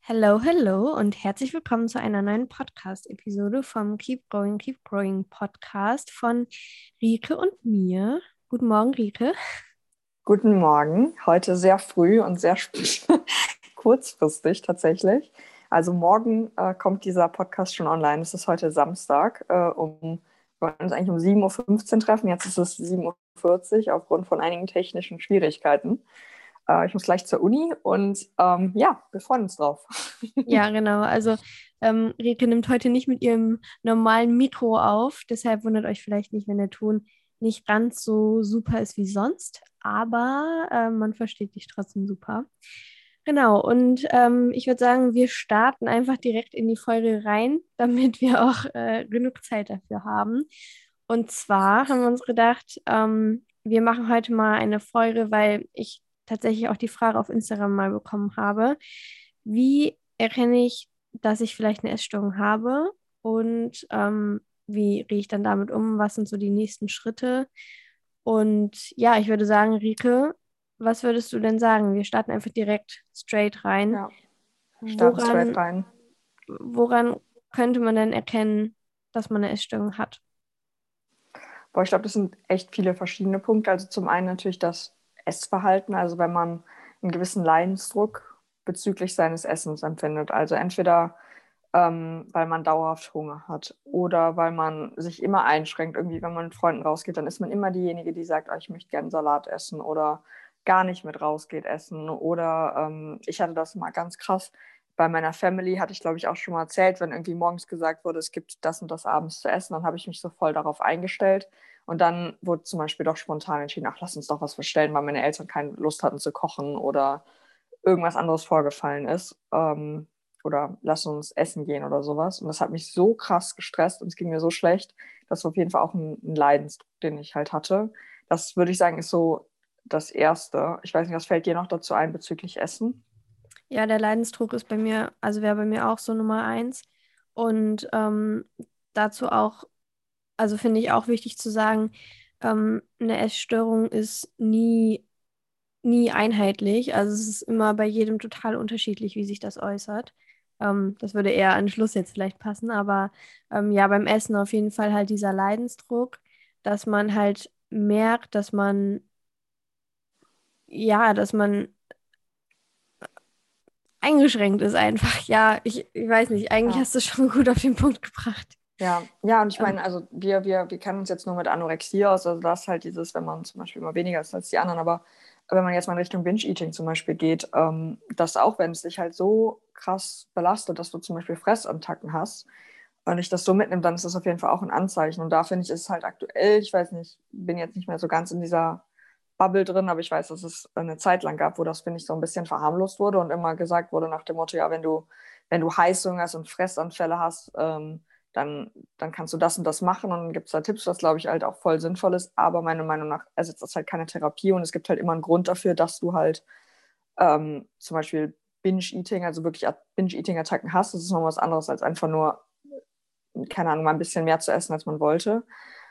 Hello, hello und herzlich willkommen zu einer neuen Podcast-Episode vom Keep Growing Podcast von Rike und mir. Guten Morgen, Rike. Guten Morgen. Heute sehr früh und sehr kurzfristig tatsächlich. Also morgen kommt dieser Podcast schon online. Es ist heute Samstag. Wir wollten uns eigentlich um 7:15 Uhr treffen. Jetzt ist es 7:40 Uhr aufgrund von einigen technischen Schwierigkeiten. Ich muss gleich zur Uni und ja, wir freuen uns drauf. Ja, genau. Also Rike nimmt heute nicht mit ihrem normalen Mikro auf. Deshalb wundert euch vielleicht nicht, wenn der Ton nicht ganz so super ist wie sonst. Aber man versteht dich trotzdem super. Genau, und ich würde sagen, wir starten einfach direkt in die Folge rein, damit wir auch genug Zeit dafür haben. Und zwar haben wir uns gedacht, wir machen heute mal eine Folge, weil ich tatsächlich auch die Frage auf Instagram mal bekommen habe. Wie erkenne ich, dass ich vielleicht eine Essstörung habe und wie gehe ich dann damit um? Was sind so die nächsten Schritte? Und ja, ich würde sagen, Rike, was würdest du denn sagen? Wir starten einfach direkt straight rein. Ja, wir starten straight Woran, rein. woran könnte man denn erkennen, dass man eine Essstörung hat? Boah, ich glaube, das sind echt viele verschiedene Punkte. Also zum einen natürlich das Essverhalten, also wenn man einen gewissen Leidensdruck bezüglich seines Essens empfindet. Also entweder weil man dauerhaft Hunger hat oder weil man sich immer einschränkt. Irgendwie, wenn man mit Freunden rausgeht, dann ist man immer diejenige, die sagt, oh, ich möchte gerne Salat essen oder gar nicht mit rausgeht essen. Oder ich hatte das mal ganz krass. Bei meiner Family hatte ich, glaube ich, auch schon mal erzählt, wenn irgendwie morgens gesagt wurde, es gibt das und das abends zu essen, dann habe ich mich so voll darauf eingestellt. Und dann wurde zum Beispiel doch spontan entschieden, ach, lass uns doch was bestellen, weil meine Eltern keine Lust hatten zu kochen oder irgendwas anderes vorgefallen ist. Oder lass uns essen gehen oder sowas. Und das hat mich so krass gestresst und es ging mir so schlecht. Das war auf jeden Fall auch ein Leidensdruck, den ich halt hatte. Das würde ich sagen, ist so das Erste. Ich weiß nicht, was fällt dir noch dazu ein bezüglich Essen? Ja, der Leidensdruck ist bei mir, also wäre bei mir auch so Nummer eins. Und dazu auch, also finde ich auch wichtig zu sagen, eine Essstörung ist nie einheitlich. Also es ist immer bei jedem total unterschiedlich, wie sich das äußert. Das würde eher an den Schluss jetzt vielleicht passen, aber ja, beim Essen auf jeden Fall halt dieser Leidensdruck, dass man halt merkt, dass man eingeschränkt ist einfach. Ja, ich weiß nicht, eigentlich Ja. hast du es schon gut auf den Punkt gebracht. Ja, ja, und ich Ähm, meine, also wir kennen uns jetzt nur mit Anorexie aus, also das ist halt dieses, wenn man zum Beispiel immer weniger ist als die anderen, aber wenn man jetzt mal in Richtung Binge-Eating zum Beispiel geht, dass auch wenn es dich halt so krass belastet, dass du zum Beispiel Fressattacken hast und dich das so mitnimmt, dann ist das auf jeden Fall auch ein Anzeichen. Und da finde ich, ist es halt aktuell, ich weiß nicht, bin jetzt nicht mehr so ganz in dieser Bubble drin, aber ich weiß, dass es eine Zeit lang gab, wo das, finde ich, so ein bisschen verharmlost wurde und immer gesagt wurde nach dem Motto, ja, wenn du Heißhunger hast und Fressanfälle hast, dann kannst du das und das machen und dann gibt es da Tipps, was glaube ich halt auch voll sinnvoll ist, aber meiner Meinung nach ersetzt das halt keine Therapie und es gibt halt immer einen Grund dafür, dass du halt zum Beispiel Binge-Eating, also wirklich Binge-Eating-Attacken hast. Das ist noch was anderes als einfach nur, keine Ahnung, mal ein bisschen mehr zu essen, als man wollte.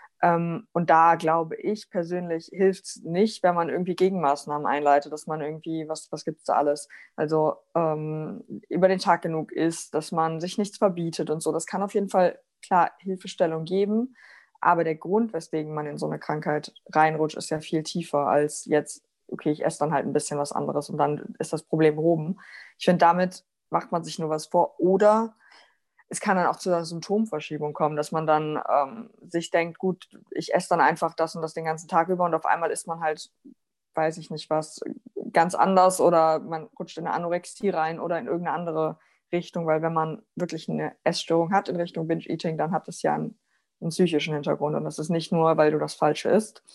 Und da glaube ich persönlich, hilft es nicht, wenn man irgendwie Gegenmaßnahmen einleitet, dass man irgendwie, was gibt es da alles? Also über den Tag genug isst, dass man sich nichts verbietet und so. Das kann auf jeden Fall, klar, Hilfestellung geben. Aber der Grund, weswegen man in so eine Krankheit reinrutscht, ist ja viel tiefer als jetzt, okay, ich esse dann halt ein bisschen was anderes und dann ist das Problem behoben. Ich finde, damit macht man sich nur was vor. Oder es kann dann auch zu einer Symptomverschiebung kommen, dass man dann sich denkt, gut, ich esse dann einfach das und das den ganzen Tag über und auf einmal isst man halt, weiß ich nicht was, ganz anders oder man rutscht in eine Anorexie rein oder in irgendeine andere Richtung, weil wenn man wirklich eine Essstörung hat in Richtung Binge-Eating, dann hat das ja einen psychischen Hintergrund und das ist nicht nur, weil du das Falsche isst.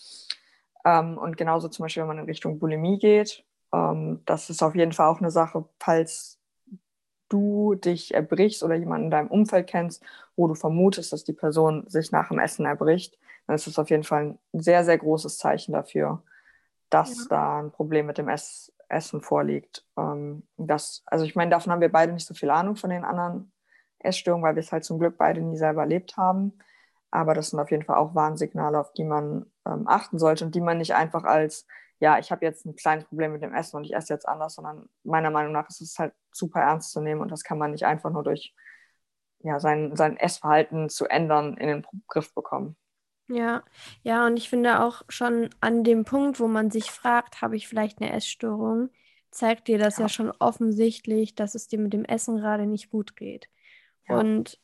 Und genauso zum Beispiel, wenn man in Richtung Bulimie geht, das ist auf jeden Fall auch eine Sache, falls du dich erbrichst oder jemanden in deinem Umfeld kennst, wo du vermutest, dass die Person sich nach dem Essen erbricht, dann ist das auf jeden Fall ein sehr, sehr großes Zeichen dafür, dass ja. da ein Problem mit dem Essen vorliegt. Also ich meine, davon haben wir beide nicht so viel Ahnung von den anderen Essstörungen, weil wir es halt zum Glück beide nie selber erlebt haben. Aber das sind auf jeden Fall auch Warnsignale, auf die man achten sollte und die man nicht einfach als ja, ich habe jetzt ein kleines Problem mit dem Essen und ich esse jetzt anders, sondern meiner Meinung nach ist es halt super ernst zu nehmen und das kann man nicht einfach nur durch ja, sein Essverhalten zu ändern in den Griff bekommen. Ja, ja, und ich finde auch schon an dem Punkt, wo man sich fragt, habe ich vielleicht eine Essstörung, zeigt dir das ja Ja, schon offensichtlich, dass es dir mit dem Essen gerade nicht gut geht. ja, Und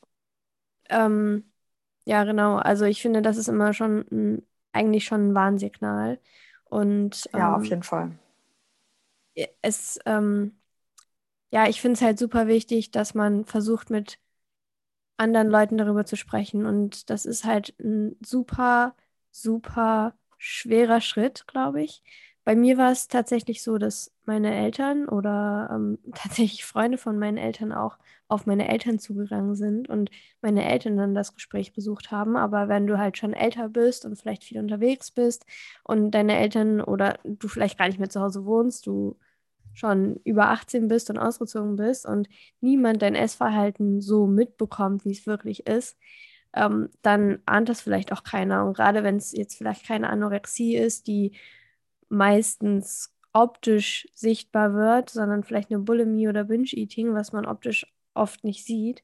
ja, genau, also ich finde, das ist immer schon eigentlich schon ein Warnsignal. Und ja, auf jeden Fall. es, ja, ich finde es halt super wichtig, dass man versucht, mit anderen Leuten darüber zu sprechen. Und das ist halt ein super, super schwerer Schritt, glaube ich. Bei mir war es tatsächlich so, dass meine Eltern oder tatsächlich Freunde von meinen Eltern auch auf meine Eltern zugegangen sind und meine Eltern dann das Gespräch gesucht haben. Aber wenn du halt schon älter bist und vielleicht viel unterwegs bist und deine Eltern oder du vielleicht gar nicht mehr zu Hause wohnst, du schon über 18 bist und ausgezogen bist und niemand dein Essverhalten so mitbekommt, wie es wirklich ist, dann ahnt das vielleicht auch keiner. Und gerade wenn es jetzt vielleicht keine Anorexie ist, die meistens optisch sichtbar wird, sondern vielleicht eine Bulimie oder Binge-Eating, was man optisch oft nicht sieht,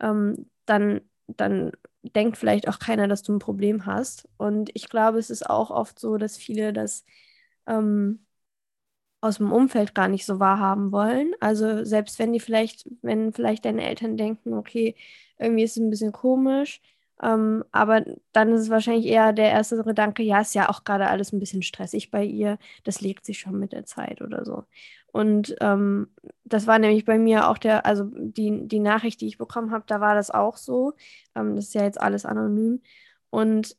dann denkt vielleicht auch keiner, dass du ein Problem hast. Und ich glaube, es ist auch oft so, dass viele das ähm, aus dem Umfeld gar nicht so wahrhaben wollen. Also selbst wenn vielleicht deine Eltern denken, okay, irgendwie ist es ein bisschen komisch, aber dann ist es wahrscheinlich eher der erste Gedanke, ja, ist ja auch gerade alles ein bisschen stressig bei ihr, das legt sich schon mit der Zeit oder so. Und das war nämlich bei mir auch also die Nachricht, die ich bekommen habe, da war das auch so. Das ist ja jetzt alles anonym. Und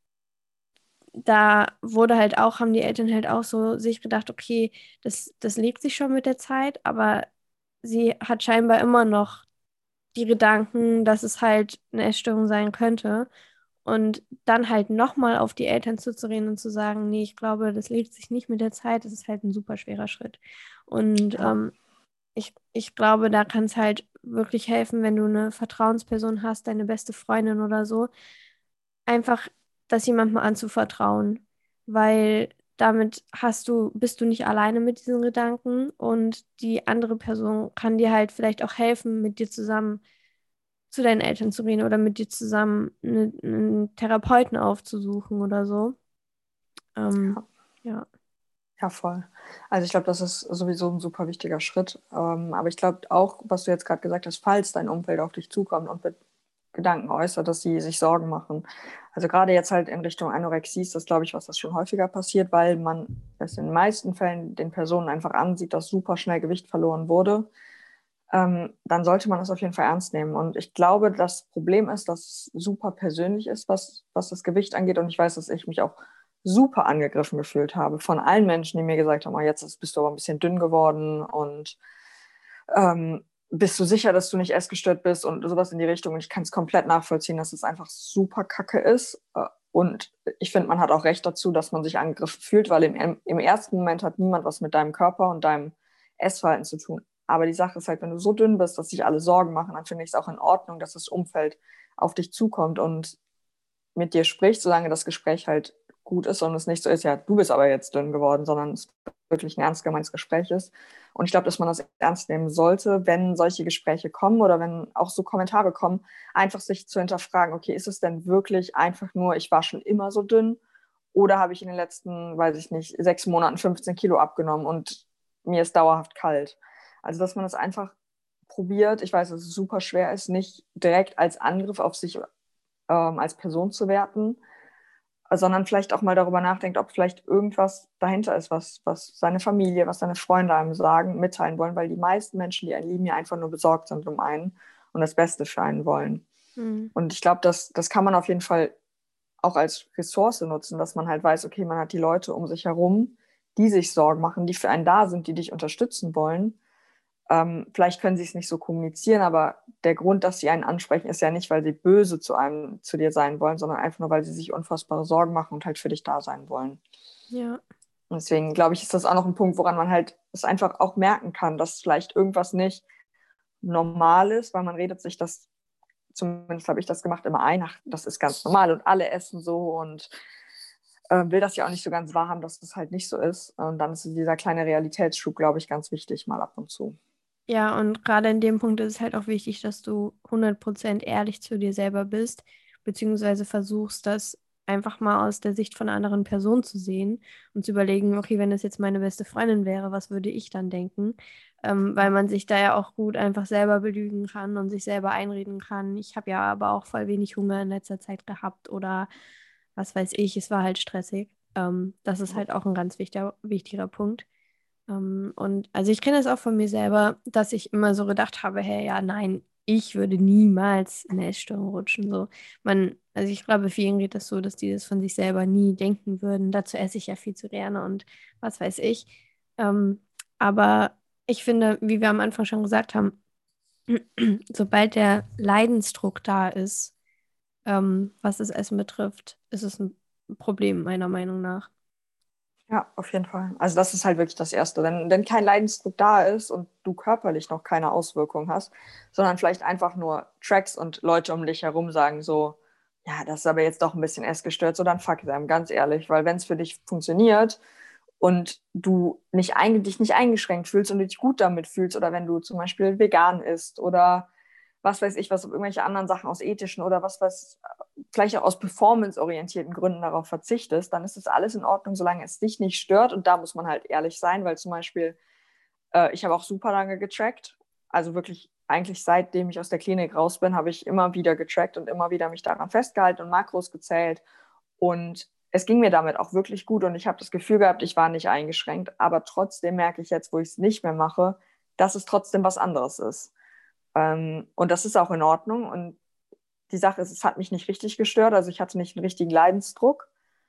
da wurde halt auch, haben die Eltern halt auch so sich gedacht, okay, das legt sich schon mit der Zeit, aber sie hat scheinbar immer noch die Gedanken, dass es halt eine Essstörung sein könnte. Und dann halt nochmal auf die Eltern zuzureden und zu sagen, nee, ich glaube, das legt sich nicht mit der Zeit, das ist halt ein super schwerer Schritt. Und Ja, ich glaube, da kann es halt wirklich helfen, wenn du eine Vertrauensperson hast, deine beste Freundin oder so, einfach das jemandem anzuvertrauen, weil damit bist du nicht alleine mit diesen Gedanken und die andere Person kann dir halt vielleicht auch helfen, mit dir zusammen zu deinen Eltern zu reden oder mit dir zusammen einen Therapeuten aufzusuchen oder so. Ähm, ja. ja. Ja, voll. Also ich glaube, das ist sowieso ein super wichtiger Schritt. Aber ich glaube auch, was du jetzt gerade gesagt hast, falls dein Umfeld auf dich zukommt und mit Gedanken äußert, dass sie sich Sorgen machen. Also gerade jetzt halt in Richtung Anorexie ist das, glaube ich, was das schon häufiger passiert, weil man es in den meisten Fällen den Personen einfach ansieht, dass super schnell Gewicht verloren wurde. Dann sollte man das auf jeden Fall ernst nehmen. Und ich glaube, das Problem ist, dass es super persönlich ist, was das Gewicht angeht. Und ich weiß, dass ich mich auch super angegriffen gefühlt habe von allen Menschen, die mir gesagt haben, oh, bist du aber ein bisschen dünn geworden und bist du sicher, dass du nicht essgestört bist und sowas in die Richtung. Und ich kann es komplett nachvollziehen, dass es einfach super kacke ist. Und ich finde, man hat auch recht dazu, dass man sich angegriffen fühlt, weil im ersten Moment hat niemand was mit deinem Körper und deinem Essverhalten zu tun. Aber die Sache ist halt, wenn du so dünn bist, dass sich alle Sorgen machen, dann finde ich es auch in Ordnung, dass das Umfeld auf dich zukommt und mit dir spricht, solange das Gespräch halt gut ist und es nicht so ist, ja, du bist aber jetzt dünn geworden, sondern es wirklich ein ernst gemeintes Gespräch ist. Und ich glaube, dass man das ernst nehmen sollte, wenn solche Gespräche kommen oder wenn auch so Kommentare kommen, einfach sich zu hinterfragen, okay, ist es denn wirklich einfach nur, ich war schon immer so dünn oder habe ich in den letzten, weiß ich nicht, 6 Monaten 15 Kilo abgenommen und mir ist dauerhaft kalt. Also, dass man das einfach probiert. Ich weiß, dass es super schwer ist, nicht direkt als Angriff auf sich als Person zu werten, sondern vielleicht auch mal darüber nachdenkt, ob vielleicht irgendwas dahinter ist, was seine Familie, was seine Freunde einem sagen, mitteilen wollen, weil die meisten Menschen, die einen lieben, ja einfach nur besorgt sind um einen und das Beste für einen wollen. Hm. Und ich glaube, das kann man auf jeden Fall auch als Ressource nutzen, dass man halt weiß, okay, man hat die Leute um sich herum, die sich Sorgen machen, die für einen da sind, die dich unterstützen wollen. Vielleicht können sie es nicht so kommunizieren, aber der Grund, dass sie einen ansprechen, ist ja nicht, weil sie böse zu dir sein wollen, sondern einfach nur, weil sie sich unfassbare Sorgen machen und halt für dich da sein wollen. Ja. Und deswegen glaube ich, ist das auch noch ein Punkt, woran man halt es einfach auch merken kann, dass vielleicht irgendwas nicht normal ist, weil man redet sich das, zumindest habe ich das gemacht, immer ein, ach, das ist ganz normal und alle essen so und will das ja auch nicht so ganz wahrhaben, dass das halt nicht so ist. Und dann ist dieser kleine Realitätsschub, glaube ich, ganz wichtig, mal ab und zu. Ja, und gerade in dem Punkt ist es halt auch wichtig, dass du 100% ehrlich zu dir selber bist, beziehungsweise versuchst, das einfach mal aus der Sicht von einer anderen Person zu sehen und zu überlegen, okay, wenn das jetzt meine beste Freundin wäre, was würde ich dann denken? Weil Ja. man sich da ja auch gut einfach selber belügen kann und sich selber einreden kann. Ich habe ja aber auch voll wenig Hunger in letzter Zeit gehabt oder was weiß ich, es war halt stressig. Das ist halt auch ein ganz wichtiger Punkt. Und also ich kenne das auch von mir selber, dass ich immer so gedacht habe, hey, ja, nein, ich würde niemals in eine Essstörung rutschen. So, also ich glaube, vielen geht das so, dass die das von sich selber nie denken würden. Dazu esse ich ja viel zu gerne und was weiß ich. Ähm, aber ich finde, wie wir am Anfang schon gesagt haben, sobald der Leidensdruck da ist, was das Essen betrifft, ist es ein Problem, meiner Meinung nach. Ja, auf jeden Fall. Also das ist halt wirklich das Erste. Wenn kein Leidensdruck da ist und du körperlich noch keine Auswirkung hast, sondern vielleicht einfach nur Tracks und Leute um dich herum sagen so, ja, das ist aber jetzt doch ein bisschen essgestört, so dann fuck them, ganz ehrlich. Weil wenn es für dich funktioniert und du dich nicht eingeschränkt fühlst und du dich gut damit fühlst oder wenn du zum Beispiel vegan isst oder was weiß ich, was irgendwelche anderen Sachen aus ethischen oder was weiß, vielleicht auch aus performance-orientierten Gründen darauf verzichtest, dann ist das alles in Ordnung, solange es dich nicht stört. Und da muss man halt ehrlich sein, weil zum Beispiel, ich habe auch super lange getrackt. Also wirklich eigentlich seitdem ich aus der Klinik raus bin, habe ich immer wieder getrackt und immer wieder mich daran festgehalten und Makros gezählt. Und es ging mir damit auch wirklich gut und ich habe das Gefühl gehabt, ich war nicht eingeschränkt. Aber trotzdem merke ich jetzt, wo ich es nicht mehr mache, dass es trotzdem was anderes ist. Und das ist auch in Ordnung. Und die Sache ist, es hat mich nicht richtig gestört, also ich hatte nicht einen richtigen Leidensdruck.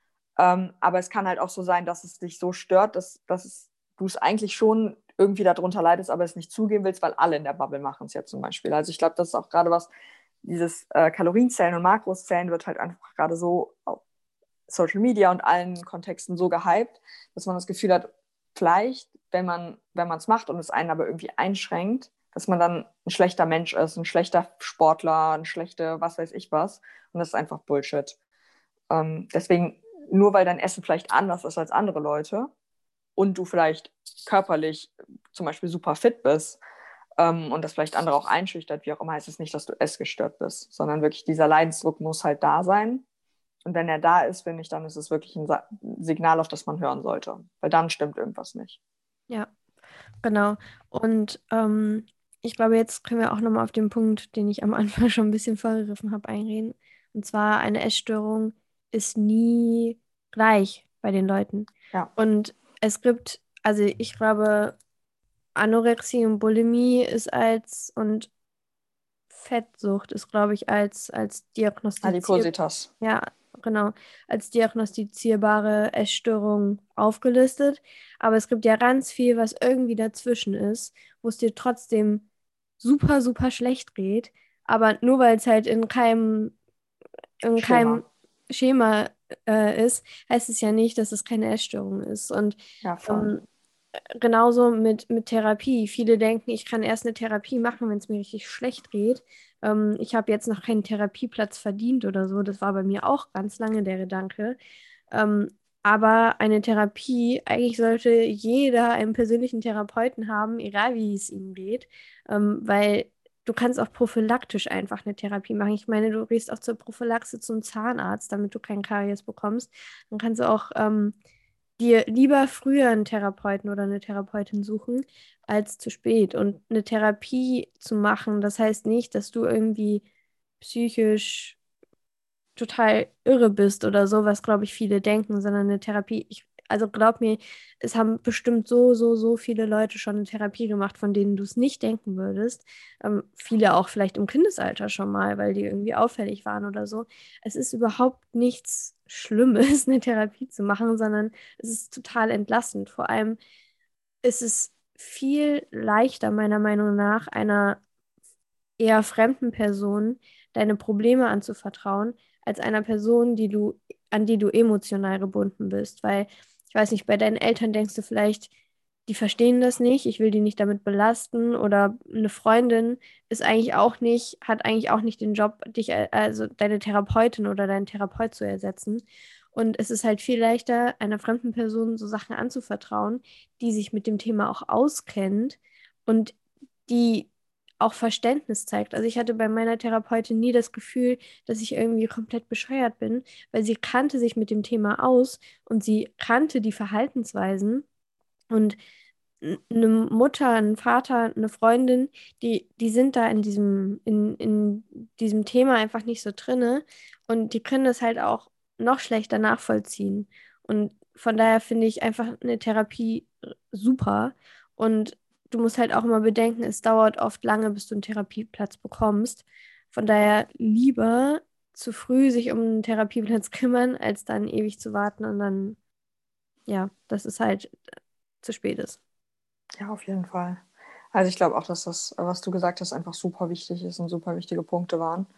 Aber es kann halt auch so sein, dass es dich so stört, dass du es eigentlich schon irgendwie darunter leidest, aber es nicht zugeben willst, weil alle in der Bubble machen es ja zum Beispiel. Also ich glaube, das ist auch gerade was, dieses Kalorienzählen und Makroszählen wird halt einfach gerade so auf Social Media und allen Kontexten so gehypt, dass man das Gefühl hat, vielleicht, wenn man es macht und es einen aber irgendwie einschränkt, dass man dann ein schlechter Mensch ist, ein schlechter Sportler, ein schlechter was weiß ich was. Und das ist einfach Bullshit. Deswegen, nur weil dein Essen vielleicht anders ist als andere Leute und du vielleicht körperlich zum Beispiel super fit bist und das vielleicht andere auch einschüchtert, wie auch immer, heißt es nicht, dass du essgestört bist, sondern wirklich dieser Leidensdruck muss halt da sein. Und wenn er da ist, finde ich, dann ist es wirklich ein Signal, auf das man hören sollte. Weil dann stimmt irgendwas nicht. Ja. Genau. Und ich glaube, jetzt können wir auch nochmal auf den Punkt, den ich am Anfang schon ein bisschen vorgegriffen habe, eingehen. Und zwar, eine Essstörung ist nie gleich bei den Leuten. Ja, Und es gibt, also ich glaube, Anorexie und Bulimie ist und Fettsucht ist, glaube ich, als diagnostiziert, Adipositas. ja, genau, als diagnostizierbare Essstörung aufgelistet. Aber es gibt ja ganz viel, was irgendwie dazwischen ist, wo es dir trotzdem super, super schlecht geht. Aber nur weil es halt in keinem Schema. Schema ist, heißt es ja nicht, dass es keine Essstörung ist. Und Ja, voll. ähm, genauso mit Therapie. Viele denken, ich kann erst eine Therapie machen, wenn es mir richtig schlecht geht. Ich habe jetzt noch keinen Therapieplatz verdient oder so. Das war bei mir auch ganz lange der Gedanke. Ähm, aber eine Therapie, eigentlich sollte jeder einen persönlichen Therapeuten haben, egal wie es ihm geht, weil du kannst auch prophylaktisch einfach eine Therapie machen. Ich meine, du gehst auch zur Prophylaxe zum Zahnarzt, damit du keinen Karies bekommst. Dann kannst du auch dir lieber früher einen Therapeuten oder eine Therapeutin suchen, als zu spät. Und eine Therapie zu machen, das heißt nicht, dass du irgendwie psychisch total irre bist oder so, was, glaube ich, viele denken, sondern eine Therapie, also glaub mir, es haben bestimmt so, so, so viele Leute schon eine Therapie gemacht, von denen du es nicht denken würdest. Viele auch vielleicht im Kindesalter schon mal, weil die irgendwie auffällig waren oder so. Es ist überhaupt nichts Schlimmes, eine Therapie zu machen, sondern es ist total entlastend. Vor allem ist es viel leichter, meiner Meinung nach, einer eher fremden Person deine Probleme anzuvertrauen, als einer Person, an die du emotional gebunden bist. Weil, ich weiß nicht, bei deinen Eltern denkst du vielleicht, die verstehen das nicht, ich will die nicht damit belasten. Oder eine Freundin hat eigentlich auch nicht den Job, dich, also deine Therapeutin oder deinen Therapeut zu ersetzen. Und es ist halt viel leichter, einer fremden Person so Sachen anzuvertrauen, die sich mit dem Thema auch auskennt und die auch Verständnis zeigt. Also ich hatte bei meiner Therapeutin nie das Gefühl, dass ich irgendwie komplett bescheuert bin, weil sie kannte sich mit dem Thema aus und sie kannte die Verhaltensweisen. Und eine Mutter, ein Vater, eine Freundin, die sind da in diesem Thema einfach nicht so drinne und die können das halt auch noch schlechter nachvollziehen. Und von daher finde ich einfach eine Therapie super. Und du musst halt auch immer bedenken, es dauert oft lange, bis du einen Therapieplatz bekommst. Von daher lieber zu früh sich um einen Therapieplatz kümmern, als dann ewig zu warten und dann, ja, dass es halt zu spät ist. Ja, auf jeden Fall. Also ich glaube auch, dass das, was du gesagt hast, einfach super wichtig ist und super wichtige Punkte waren.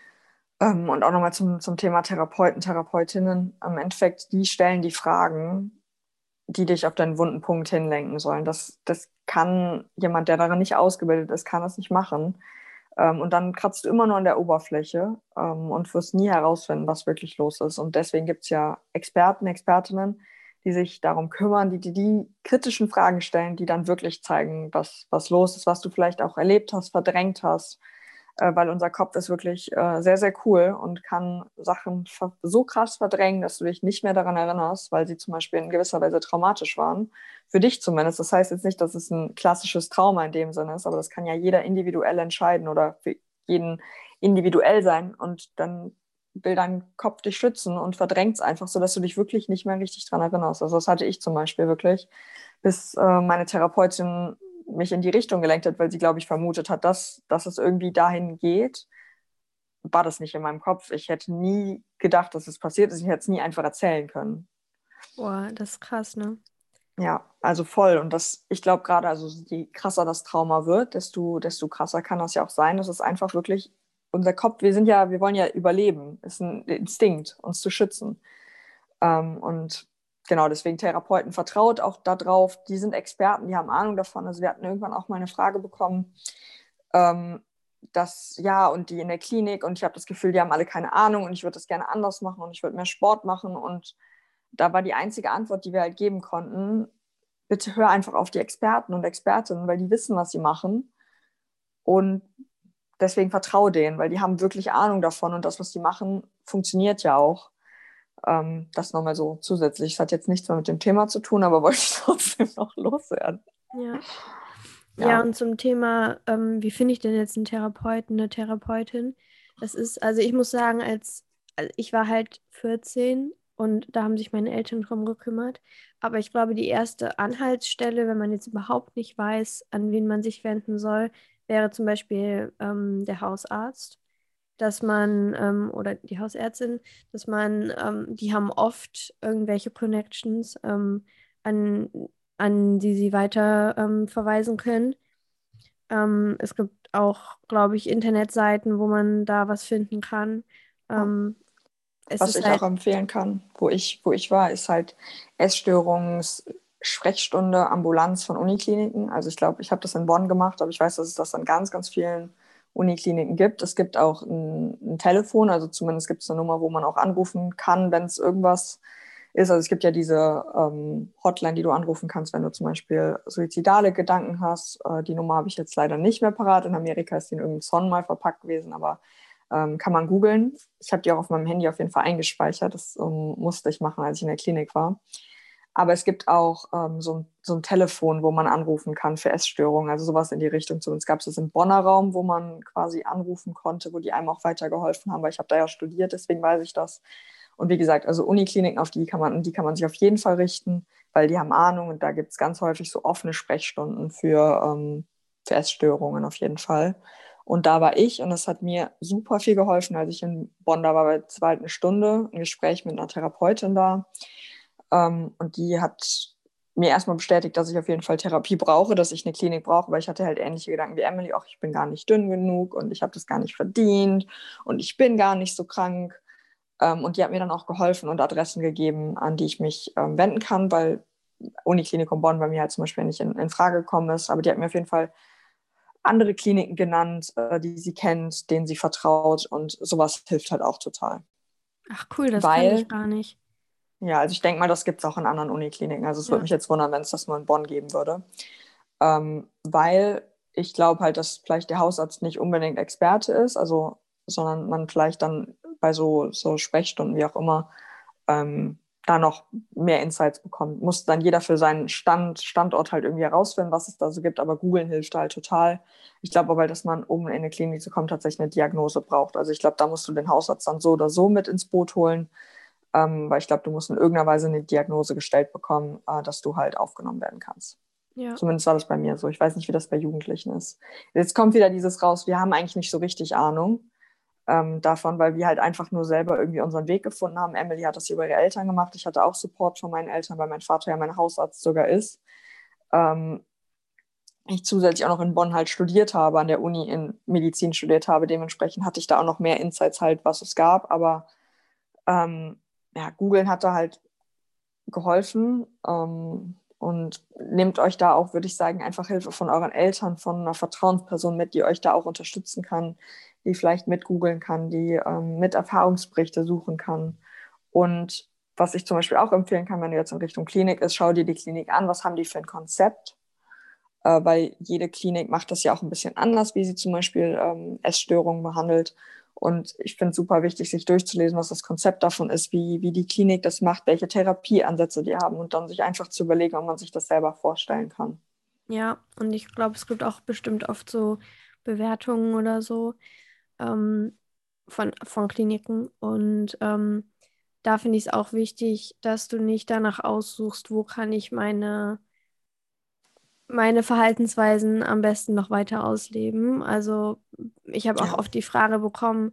Und auch nochmal zum Thema Therapeuten, Therapeutinnen. Im Endeffekt, die stellen die Fragen, die dich auf deinen wunden Punkt hinlenken sollen. Das kann jemand, der darin nicht ausgebildet ist, kann das nicht machen. Und dann kratzt du immer nur an der Oberfläche und wirst nie herausfinden, was wirklich los ist. Und deswegen gibt es ja Experten, Expertinnen, die sich darum kümmern, die kritischen Fragen stellen, die dann wirklich zeigen, was los ist, was du vielleicht auch erlebt hast, verdrängt hast, weil unser Kopf ist wirklich sehr, sehr cool und kann Sachen so krass verdrängen, dass du dich nicht mehr daran erinnerst, weil sie zum Beispiel in gewisser Weise traumatisch waren. Für dich zumindest. Das heißt jetzt nicht, dass es ein klassisches Trauma in dem Sinne ist, aber das kann ja jeder individuell entscheiden oder für jeden individuell sein und dann will dein Kopf dich schützen und verdrängt es einfach, sodass du dich wirklich nicht mehr richtig daran erinnerst. Also das hatte ich zum Beispiel wirklich, bis meine Therapeutin mich in die Richtung gelenkt hat, weil sie, glaube ich, vermutet hat, dass es irgendwie dahin geht, war das nicht in meinem Kopf. Ich hätte nie gedacht, dass es passiert ist. Ich hätte es nie einfach erzählen können. Boah, das ist krass, ne? Ja, also voll. Und das, ich glaube gerade, also je krasser das Trauma wird, desto krasser kann das ja auch sein. Das ist einfach wirklich unser Kopf. Wir wollen ja überleben. Es ist ein Instinkt, uns zu schützen. Und genau, deswegen Therapeuten vertraut auch darauf. Die sind Experten, die haben Ahnung davon. Also wir hatten irgendwann auch mal eine Frage bekommen, ähm, dass ja, und die in der Klinik und ich habe das Gefühl, die haben alle keine Ahnung und ich würde das gerne anders machen und ich würde mehr Sport machen. Und da war die einzige Antwort, die wir halt geben konnten, bitte hör einfach auf die Experten und Expertinnen, weil die wissen, was sie machen. Und deswegen vertraue denen, weil die haben wirklich Ahnung davon und das, was die machen, funktioniert ja auch. Das nochmal so zusätzlich. Das hat jetzt nichts mehr mit dem Thema zu tun, aber wollte ich trotzdem noch loswerden. Ja. Ja, Ja, und zum Thema, wie finde ich denn jetzt einen Therapeuten, eine Therapeutin? Das ist, also ich muss sagen, also ich war halt 14 und da haben sich meine Eltern drum gekümmert. Aber ich glaube, die erste Anhaltsstelle, wenn man jetzt überhaupt nicht weiß, an wen man sich wenden soll, wäre zum Beispiel der Hausarzt, dass man, oder die Hausärztin, dass man, die haben oft irgendwelche Connections, an, an die sie weiter verweisen können. Es gibt auch, glaube ich, Internetseiten, wo man da was finden kann. ja. Ähm, es Was ist ich auch halt, empfehlen kann, wo ich war, ist halt Essstörungs-Sprechstunde, Ambulanz von Unikliniken. Also ich glaube, ich habe das in Bonn gemacht, aber ich weiß, dass es das an ganz, ganz vielen Unikliniken gibt. Es gibt auch ein Telefon, also zumindest gibt es eine Nummer, wo man auch anrufen kann, wenn es irgendwas ist. Also es gibt ja diese Hotline, die du anrufen kannst, wenn du zum Beispiel suizidale Gedanken hast. Die Nummer habe ich jetzt leider nicht mehr parat. In Amerika ist die in irgendeinem Song mal verpackt gewesen, aber kann man googeln. Ich habe die auch auf meinem Handy auf jeden Fall eingespeichert. Das musste ich machen, als ich in der Klinik war. Aber es gibt auch so ein Telefon, wo man anrufen kann für Essstörungen, also sowas in die Richtung. Zumindest gab es das im Bonner Raum, wo man quasi anrufen konnte, wo die einem auch weitergeholfen haben, weil ich habe da ja studiert, deswegen weiß ich das. Und wie gesagt, also Unikliniken, die kann man sich auf jeden Fall richten, weil die haben Ahnung und da gibt es ganz häufig so offene Sprechstunden für Essstörungen auf jeden Fall. Und da war ich und das hat mir super viel geholfen, als ich in Bonn da war, es war halt eine Stunde, ein Gespräch mit einer Therapeutin da. Und die hat mir erstmal bestätigt, dass ich auf jeden Fall Therapie brauche, dass ich eine Klinik brauche, weil ich hatte halt ähnliche Gedanken wie Emily, auch ich bin gar nicht dünn genug und ich habe das gar nicht verdient und ich bin gar nicht so krank. Und die hat mir dann auch geholfen und Adressen gegeben, an die ich mich wenden kann, weil Uniklinikum Bonn bei mir halt zum Beispiel nicht in Frage gekommen ist. Aber die hat mir auf jeden Fall andere Kliniken genannt, die sie kennt, denen sie vertraut und sowas hilft halt auch total. ach cool, das kann ich Weil gar nicht. Ja, also ich denke mal, das gibt es auch in anderen Unikliniken. Also es würde Ja, mich jetzt wundern, wenn es das nur in Bonn geben würde. Weil ich glaube halt, dass vielleicht der Hausarzt nicht unbedingt Experte ist, also, sondern man vielleicht dann bei so Sprechstunden, wie auch immer, da noch mehr Insights bekommt. Muss dann jeder für seinen Standort halt irgendwie herausfinden, was es da so gibt, aber googeln hilft halt total. Ich glaube aber, dass man, um in eine Klinik zu kommen, tatsächlich eine Diagnose braucht. Also ich glaube, da musst du den Hausarzt dann so oder so mit ins Boot holen, weil ich glaube, du musst in irgendeiner Weise eine Diagnose gestellt bekommen, dass du halt aufgenommen werden kannst. ja, Zumindest war das bei mir so. Ich weiß nicht, wie das bei Jugendlichen ist. Jetzt kommt wieder dieses raus, wir haben eigentlich nicht so richtig Ahnung davon, weil wir halt einfach nur selber irgendwie unseren Weg gefunden haben. Emily hat das über ihre Eltern gemacht. Ich hatte auch Support von meinen Eltern, weil mein Vater ja mein Hausarzt sogar ist. Ähm, ich zusätzlich auch noch in Bonn halt studiert habe, an der Uni in Medizin studiert habe. Dementsprechend hatte ich da auch noch mehr Insights halt, was es gab. Aber ja, googeln hat da halt geholfen. Und nehmt euch da auch, würde ich sagen, einfach Hilfe von euren Eltern, von einer Vertrauensperson mit, die euch da auch unterstützen kann, die vielleicht mit googeln kann, die mit Erfahrungsberichte suchen kann. Und was ich zum Beispiel auch empfehlen kann, wenn du jetzt in Richtung Klinik ist, schau dir die Klinik an, was haben die für ein Konzept, weil jede Klinik macht das ja auch ein bisschen anders, wie sie zum Beispiel Essstörungen behandelt. Und ich finde es super wichtig, sich durchzulesen, was das Konzept davon ist, wie die Klinik das macht, welche Therapieansätze die haben und dann sich einfach zu überlegen, ob man sich das selber vorstellen kann. ja. Und ich glaube, es gibt auch bestimmt oft so Bewertungen oder so ähm, von Kliniken. Und da finde ich es auch wichtig, dass du nicht danach aussuchst, wo kann ich meine Verhaltensweisen am besten noch weiter ausleben. Also ich habe auch Ja, oft die Frage bekommen,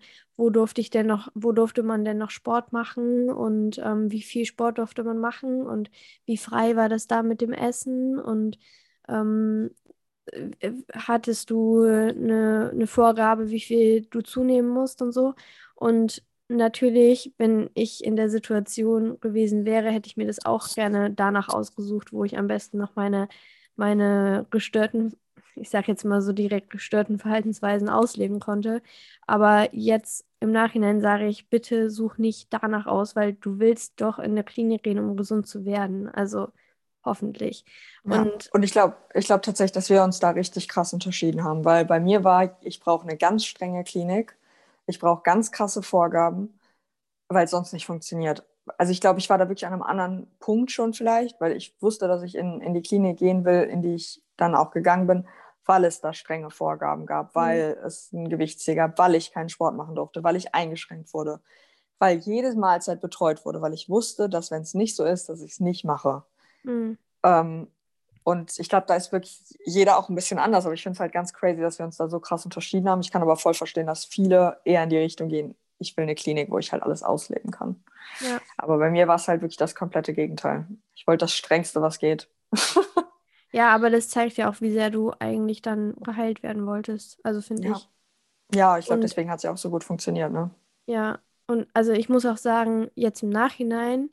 wo durfte man denn noch Sport machen und wie viel Sport durfte man machen und wie frei war das da mit dem Essen und ähm, hattest du eine Vorgabe, wie viel du zunehmen musst und so. Und natürlich, wenn ich in der Situation gewesen wäre, hätte ich mir das auch gerne danach ausgesucht, wo ich am besten noch meine gestörten, ich sage jetzt mal so direkt gestörten Verhaltensweisen ausleben konnte. Aber jetzt im Nachhinein sage ich, bitte such nicht danach aus, weil du willst doch in der Klinik gehen, um gesund zu werden. Also hoffentlich. ja. Und Und ich glaube tatsächlich, dass wir uns da richtig krass unterschieden haben, weil bei mir war, ich brauche eine ganz strenge Klinik, ich brauche ganz krasse Vorgaben, weil es sonst nicht funktioniert. Also ich glaube, ich war da wirklich an einem anderen Punkt schon vielleicht, weil ich wusste, dass ich in die Klinik gehen will, in die ich dann auch gegangen bin, weil es da strenge Vorgaben gab, hm, weil es ein Gewichtsziel gab, weil ich keinen Sport machen durfte, weil ich eingeschränkt wurde, weil jede Mahlzeit betreut wurde, weil ich wusste, dass wenn es nicht so ist, dass ich es nicht mache. hm. Ähm, und ich glaube, da ist wirklich jeder auch ein bisschen anders, aber ich finde es halt ganz crazy, dass wir uns da so krass unterschieden haben. Ich kann aber voll verstehen, dass viele eher in die Richtung gehen, ich will eine Klinik, wo ich halt alles ausleben kann. Ja. Aber bei mir war es halt wirklich das komplette Gegenteil. Ich wollte das Strengste, was geht. Ja, aber das zeigt ja auch, wie sehr du eigentlich dann geheilt werden wolltest. Also finde Ja, ich. ja, ich glaube, Und deswegen hat es ja auch so gut funktioniert, ne? ja, und also ich muss auch sagen, jetzt im Nachhinein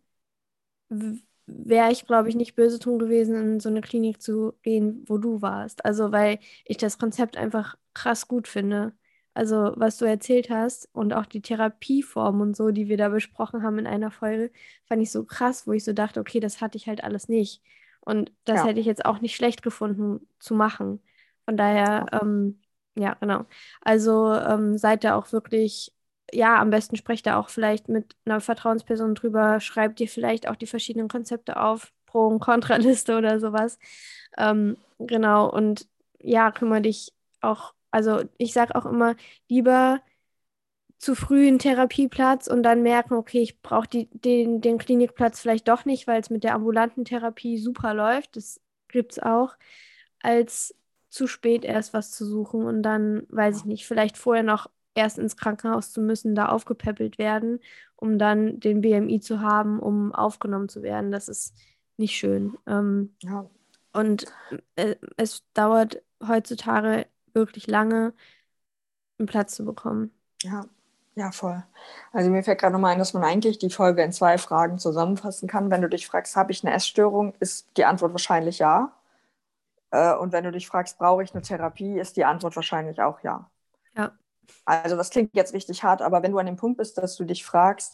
wäre ich, glaube ich, nicht böse drum gewesen, in so eine Klinik zu gehen, wo du warst. Also, weil ich das Konzept einfach krass gut finde. Also, was du erzählt hast und auch die Therapieform und so, die wir da besprochen haben in einer Folge, fand ich so krass, wo ich so dachte, okay, das hatte ich halt alles nicht. Und das Ja, hätte ich jetzt auch nicht schlecht gefunden zu machen. Von daher, ja, ja, genau. Also, seid da auch wirklich ja, am besten sprecht da auch vielleicht mit einer Vertrauensperson drüber, schreibt dir vielleicht auch die verschiedenen Konzepte auf, Pro- und Kontraliste oder sowas. Genau, und ja, kümmere dich auch, also ich sage auch immer, lieber zu früh einen Therapieplatz und dann merken, okay, ich brauche den Klinikplatz vielleicht doch nicht, weil es mit der ambulanten Therapie super läuft. Das gibt es auch, als zu spät erst was zu suchen und dann, weiß ich ja. nicht, vielleicht vorher noch erst ins Krankenhaus zu müssen, da aufgepäppelt werden, um dann den BMI zu haben, um aufgenommen zu werden. Das ist nicht schön. Ja, Und es dauert heutzutage wirklich lange, einen Platz zu bekommen. ja, ja, voll. Also mir fällt gerade nochmal ein, dass man eigentlich die Folge in 2 Fragen zusammenfassen kann. Wenn du dich fragst, habe ich eine Essstörung, ist die Antwort wahrscheinlich ja. Und wenn du dich fragst, brauche ich eine Therapie, ist die Antwort wahrscheinlich auch ja. Ja, Also das klingt jetzt richtig hart, aber wenn du an dem Punkt bist, dass du dich fragst,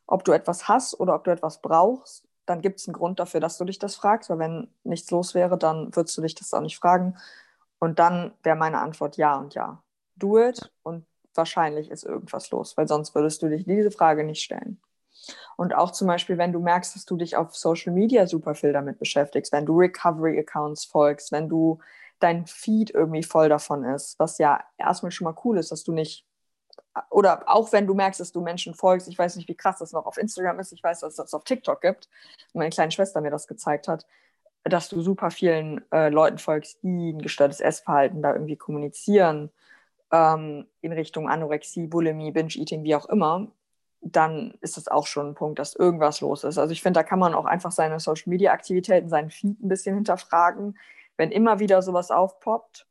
ob du etwas hast oder ob du etwas brauchst, dann gibt es einen Grund dafür, dass du dich das fragst, weil wenn nichts los wäre, dann würdest du dich das auch nicht fragen. Und dann wäre meine Antwort ja und ja. Do it und wahrscheinlich ist irgendwas los, weil sonst würdest du dich diese Frage nicht stellen. Und auch zum Beispiel, wenn du merkst, dass du dich auf Social Media super viel damit beschäftigst, wenn du Recovery-Accounts folgst, wenn du dein Feed irgendwie voll davon ist, was ja erstmal schon mal cool ist, dass du nicht, oder auch wenn du merkst, dass du Menschen folgst, ich weiß nicht, wie krass das noch auf Instagram ist, ich weiß, dass es das auf TikTok gibt, meine kleine Schwester mir das gezeigt hat, dass du super vielen Leuten folgst, die ein gestörtes Essverhalten da irgendwie kommunizieren, in Richtung Anorexie, Bulimie, Binge-Eating, wie auch immer, dann ist das auch schon ein Punkt, dass irgendwas los ist. Also ich finde, da kann man auch einfach seine Social-Media-Aktivitäten, seinen Feed ein bisschen hinterfragen, wenn immer wieder sowas aufpoppt,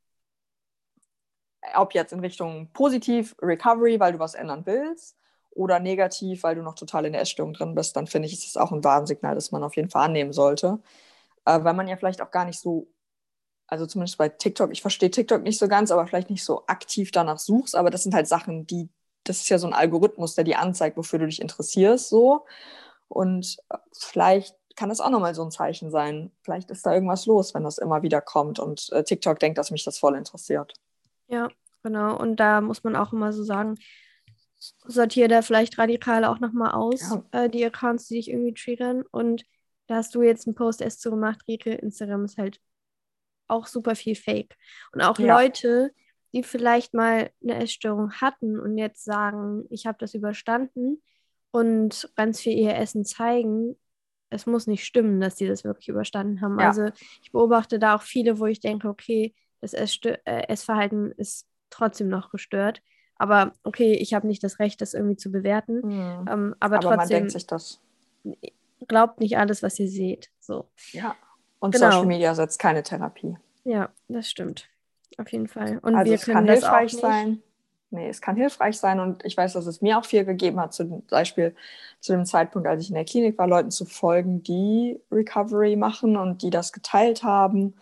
ob jetzt in Richtung positiv Recovery, weil du was ändern willst, oder negativ, weil du noch total in der Essstörung drin bist, dann finde ich, ist das auch ein Warnsignal, das man auf jeden Fall annehmen sollte. Weil man ja vielleicht auch gar nicht so, also zumindest bei TikTok, ich verstehe TikTok nicht so ganz, aber vielleicht nicht so aktiv danach suchst, aber das sind halt Sachen, das ist ja so ein Algorithmus, der dir anzeigt, wofür du dich interessierst, so. Und vielleicht kann das auch nochmal so ein Zeichen sein. Vielleicht ist da irgendwas los, wenn das immer wieder kommt und TikTok denkt, dass mich das voll interessiert. Ja, genau. Und da muss man auch immer so sagen, sortiere da vielleicht radikal auch nochmal aus, Ja, die Accounts, die dich irgendwie triggern. Und da hast du jetzt einen Post erst so gemacht, Rieke, Instagram ist halt auch super viel Fake. Und auch ja. Leute, die vielleicht mal eine Essstörung hatten und jetzt sagen, ich habe das überstanden und ganz viel ihr Essen zeigen, es muss nicht stimmen, dass die das wirklich überstanden haben. Ja. Also ich beobachte da auch viele, wo ich denke, okay, das Essverhalten ist trotzdem noch gestört. Aber okay, ich habe nicht das Recht, das irgendwie zu bewerten. Mhm. Aber Aber man denkt trotzdem, sich das. glaubt nicht alles, was ihr seht. So. Ja. Und Social Genau. Media setzt keine Therapie. Ja, das stimmt. Auf jeden Fall. Und Also wir es kann können das auch hilfreich nicht. sein. Nee, es kann hilfreich sein und ich weiß, dass es mir auch viel gegeben hat, zum Beispiel zu dem Zeitpunkt, als ich in der Klinik war, Leuten zu folgen, die Recovery machen und die das geteilt haben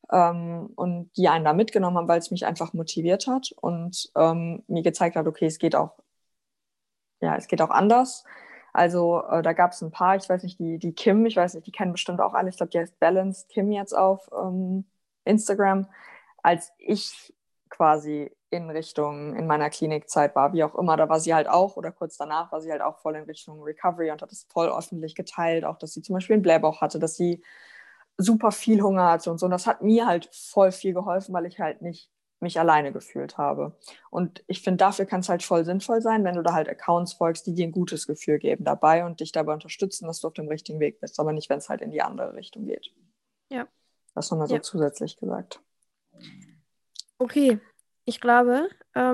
und die einen da mitgenommen haben, weil es mich einfach motiviert hat und mir gezeigt hat, okay, es geht auch, ja, es geht auch anders. Also da gab es ein paar, ich weiß nicht, die Kim, ich weiß nicht, die kennen bestimmt auch alle, ich glaube, die heißt Balanced Kim jetzt auf Instagram. Als ich quasi in meiner Klinikzeit war, wie auch immer, da war sie halt auch, oder kurz danach war sie halt auch voll in Richtung Recovery und hat es voll öffentlich geteilt, auch dass sie zum Beispiel einen Blähbauch hatte, dass sie super viel Hunger hatte und so. Und das hat mir halt voll viel geholfen, weil ich halt nicht mich alleine gefühlt habe. Und ich finde, dafür kann es halt voll sinnvoll sein, wenn du da halt Accounts folgst, die dir ein gutes Gefühl geben dabei und dich dabei unterstützen, dass du auf dem richtigen Weg bist, aber nicht, wenn es halt in die andere Richtung geht. Ja, Das nochmal so ja. zusätzlich gesagt. Okay. Ich glaube,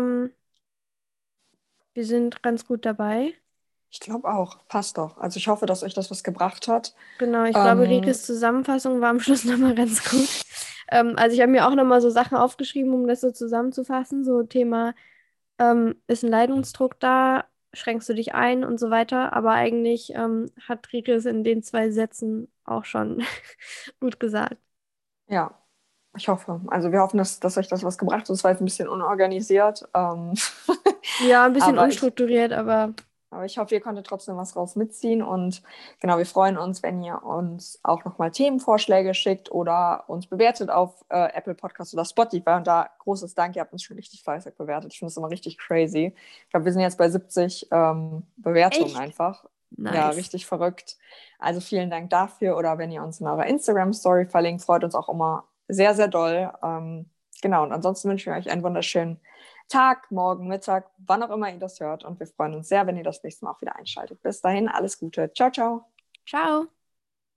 wir sind ganz gut dabei. Ich glaube auch, passt doch. Also ich hoffe, dass euch das was gebracht hat. Genau, ich glaube, Ähm, Rikes Zusammenfassung war am Schluss nochmal ganz gut. Also ich habe mir auch nochmal so Sachen aufgeschrieben, um das so zusammenzufassen. So Thema, ist ein Leidensdruck da, schränkst du dich ein und so weiter. Aber eigentlich hat Rike es in den 2 Sätzen auch schon gut gesagt. ja, ich hoffe. Also wir hoffen, dass euch das was gebracht hat. Es war jetzt ein bisschen unorganisiert. Ja, ein bisschen Aber ich unstrukturiert, aber Aber ich hoffe, ihr konntet trotzdem was raus mitziehen. Und genau, wir freuen uns, wenn ihr uns auch nochmal Themenvorschläge schickt oder uns bewertet auf Apple Podcasts oder Spotify. Und da großes Dank, ihr habt uns schon richtig fleißig bewertet. Ich finde das immer richtig crazy. Ich glaube, wir sind jetzt bei 70 Bewertungen echt einfach. Ja, nice. richtig verrückt. Also vielen Dank dafür. Oder wenn ihr uns in eurer Instagram-Story verlinkt, freut uns auch immer sehr, sehr doll. Genau, und ansonsten wünschen wir euch einen wunderschönen Tag, morgen, Mittag, wann auch immer ihr das hört. Und wir freuen uns sehr, wenn ihr das nächste Mal auch wieder einschaltet. Bis dahin, alles Gute. Ciao, ciao. Ciao.